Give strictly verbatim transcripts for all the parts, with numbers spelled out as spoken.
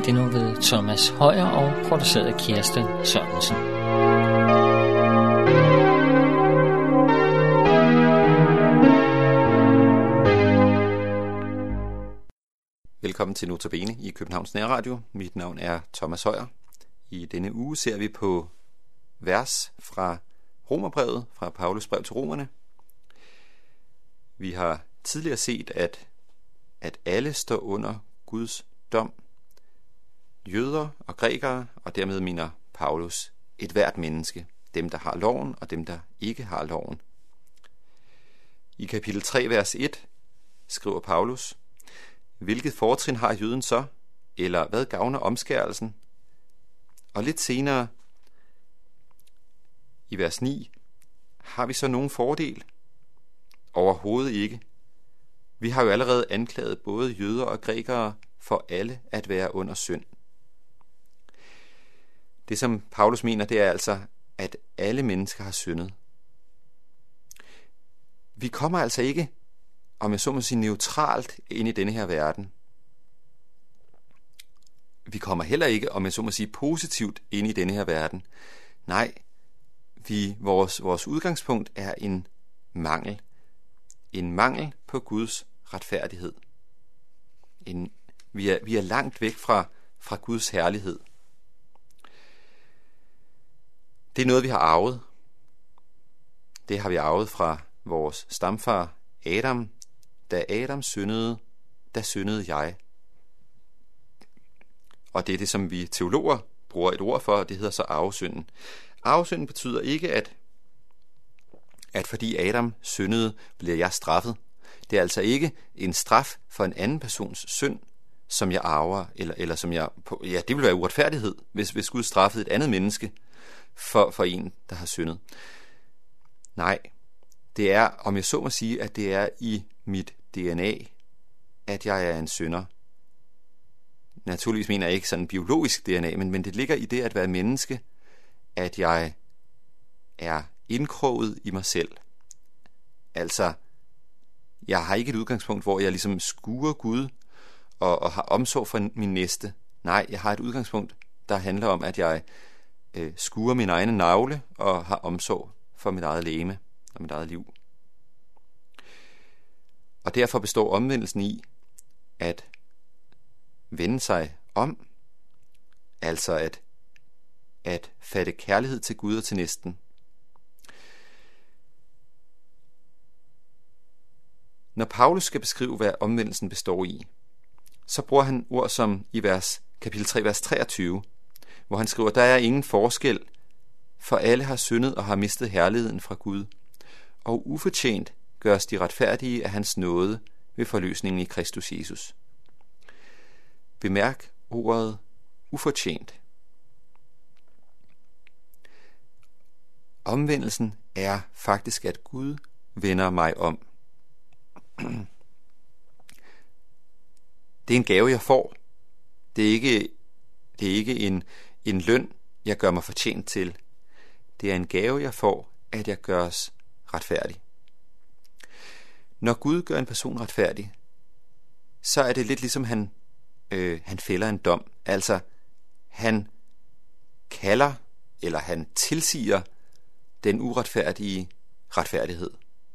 det nu ved Thomas Højer og produceret af Kirsten Sørensen. Velkommen til Notabene i Københavns Nærradio. Mit navn er Thomas Højer. I denne uge ser vi på vers fra Romerbrevet, fra Paulus brev til romerne. Vi har tidligere set, at, at alle står under Guds dom. Jøder og grækere, og dermed mener Paulus et hvert menneske. Dem, der har loven, og dem, der ikke har loven. I kapitel tre, vers et, skriver Paulus: hvilket fortrin har jøden så? Eller hvad gavner omskærelsen? Og lidt senere, i vers ni, har vi så nogen fordel? Overhovedet ikke. Vi har jo allerede anklaget både jøder og grækere for alle at være under synd. Det, som Paulus mener, det er altså, at alle mennesker har syndet. Vi kommer altså ikke, om jeg så må sige, neutralt ind i denne her verden. Vi kommer heller ikke, om jeg så må sige, positivt ind i denne her verden. Nej, vi, vores, vores udgangspunkt er en mangel. En mangel på Guds retfærdighed. En, vi, er, vi er langt væk fra, fra Guds herlighed. Det er noget, vi har arvet. Det har vi arvet fra vores stamfar Adam. Da Adam syndede, der syndede jeg. Og det er det, som vi teologer bruger et ord for, og det hedder så arvesynden. Arvesynden betyder ikke, at, at fordi Adam syndede, bliver jeg straffet. Det er altså ikke en straf for en anden persons synd, som jeg arver, eller, eller som jeg... Ja, det vil være uretfærdighed, hvis, hvis Gud straffede et andet menneske for, for en, der har syndet. Nej, det er, om jeg så må sige, at det er i mit D N A, at jeg er en synder. Naturligvis mener jeg ikke sådan biologisk D N A, men, men det ligger i det at være menneske, at jeg er indkroget i mig selv. Altså, jeg har ikke et udgangspunkt, hvor jeg ligesom skuer Gud og, og har omsorg for min næste. Nej, jeg har et udgangspunkt, der handler om, at jeg øh, skuer min egen navle og har omsorg for mit eget legeme og mit eget liv. Og derfor består omvendelsen i at vende sig om, altså at, at fatte kærlighed til Gud og til næsten. Når Paulus skal beskrive, hvad omvendelsen består i, så bruger han ord som i vers, kapitel tre, vers treogtyve, hvor han skriver, der er ingen forskel, for alle har syndet og har mistet herligheden fra Gud, og ufortjent gøres de retfærdige af hans nåde ved forløsningen i Kristus Jesus. Bemærk ordet ufortjent. Omvendelsen er faktisk, at Gud vender mig om. Det er en gave, jeg får. Det er ikke, det er ikke en, en løn, jeg gør mig fortjent til. Det er en gave, jeg får, at jeg gøres retfærdig. Når Gud gør en person retfærdig, så er det lidt ligesom han, øh, han fælder en dom. Altså, han kalder, eller han tilsiger den uretfærdige retfærdighed.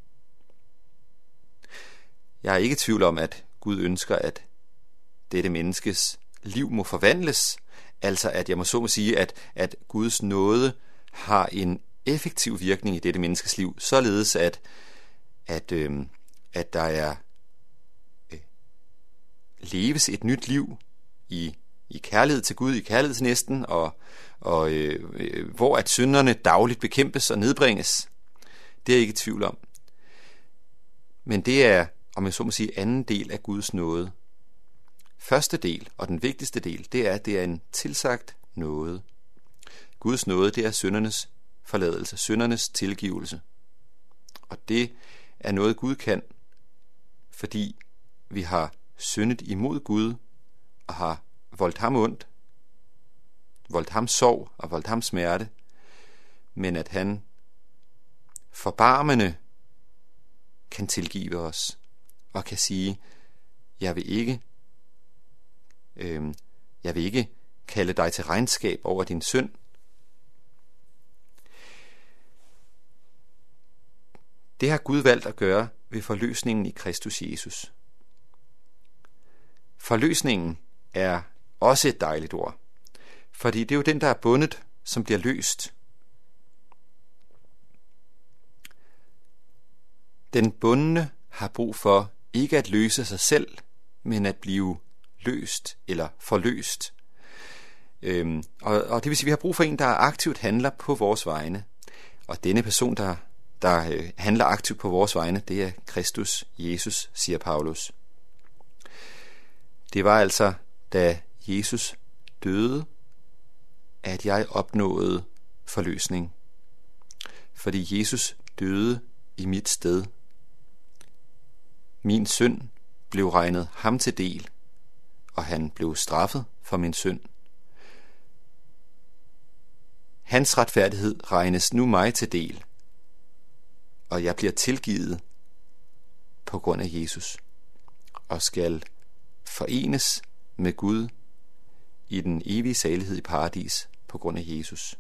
Jeg er ikke i tvivl om, at Gud ønsker, at dette menneskes liv må forvandles. Altså, at jeg må så må sige, at, at Guds nåde har en effektiv virkning i dette menneskes liv, således at, at, øh, at der er øh, leves et nyt liv i, i kærlighed til Gud, i kærlighed til næsten, og, og øh, øh, hvor at synderne dagligt bekæmpes og nedbringes. Det er jeg ikke i tvivl om. Men det er, om jeg så må sige, anden del af Guds nåde. Første del, og den vigtigste del, det er, at det er en tilsagt nåde. Guds nåde, det er syndernes forladelse, syndernes tilgivelse. Og det er noget, Gud kan, fordi vi har syndet imod Gud og har voldt ham ondt, voldt ham sorg og voldt ham smerte, men at han forbarmende kan tilgive os og kan sige, jeg vil ikke øh, Jeg vil ikke kalde dig til regnskab over din synd. Det har Gud valgt at gøre ved forløsningen i Kristus Jesus. Forløsningen er også et dejligt ord, fordi det er jo den, der er bundet, som bliver løst. Den bundne har brug for ikke at løse sig selv, men at blive løst eller forløst. Øhm, og, og det vil sige, at vi har brug for en, der aktivt handler på vores vegne. Og denne person, der, der øh, handler aktivt på vores vegne, det er Kristus Jesus, siger Paulus. Det var altså, da Jesus døde, at jeg opnåede forløsning. Fordi Jesus døde i mit sted. Min synd blev regnet ham til del, og han blev straffet for min synd. Hans retfærdighed regnes nu mig til del, og jeg bliver tilgivet på grund af Jesus, og skal forenes med Gud i den evige salighed i paradis på grund af Jesus.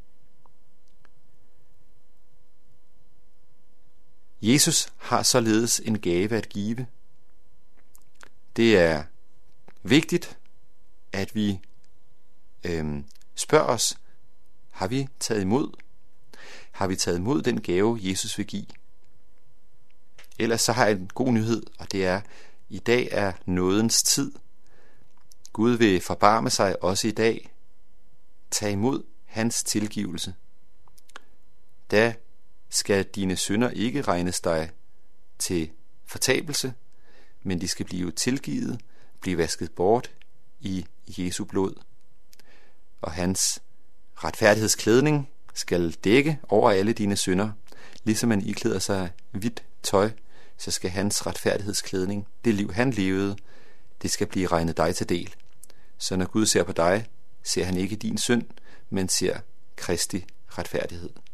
Jesus har således en gave at give. Det er vigtigt, at vi øhm, spørger os, har vi taget imod? Har vi taget imod den gave, Jesus vil give? Ellers så har jeg en god nyhed, og det er, i dag er nådens tid. Gud vil forbarme sig også i dag. Tag imod hans tilgivelse. Da skal dine synder ikke regnes dig til fortabelse, men de skal blive tilgivet, blive vasket bort i Jesu blod. Og hans retfærdighedsklædning skal dække over alle dine synder. Ligesom man iklæder sig hvidt tøj, så skal hans retfærdighedsklædning, det liv han levede, det skal blive regnet dig til del. Så når Gud ser på dig, ser han ikke din synd, men ser Kristi retfærdighed.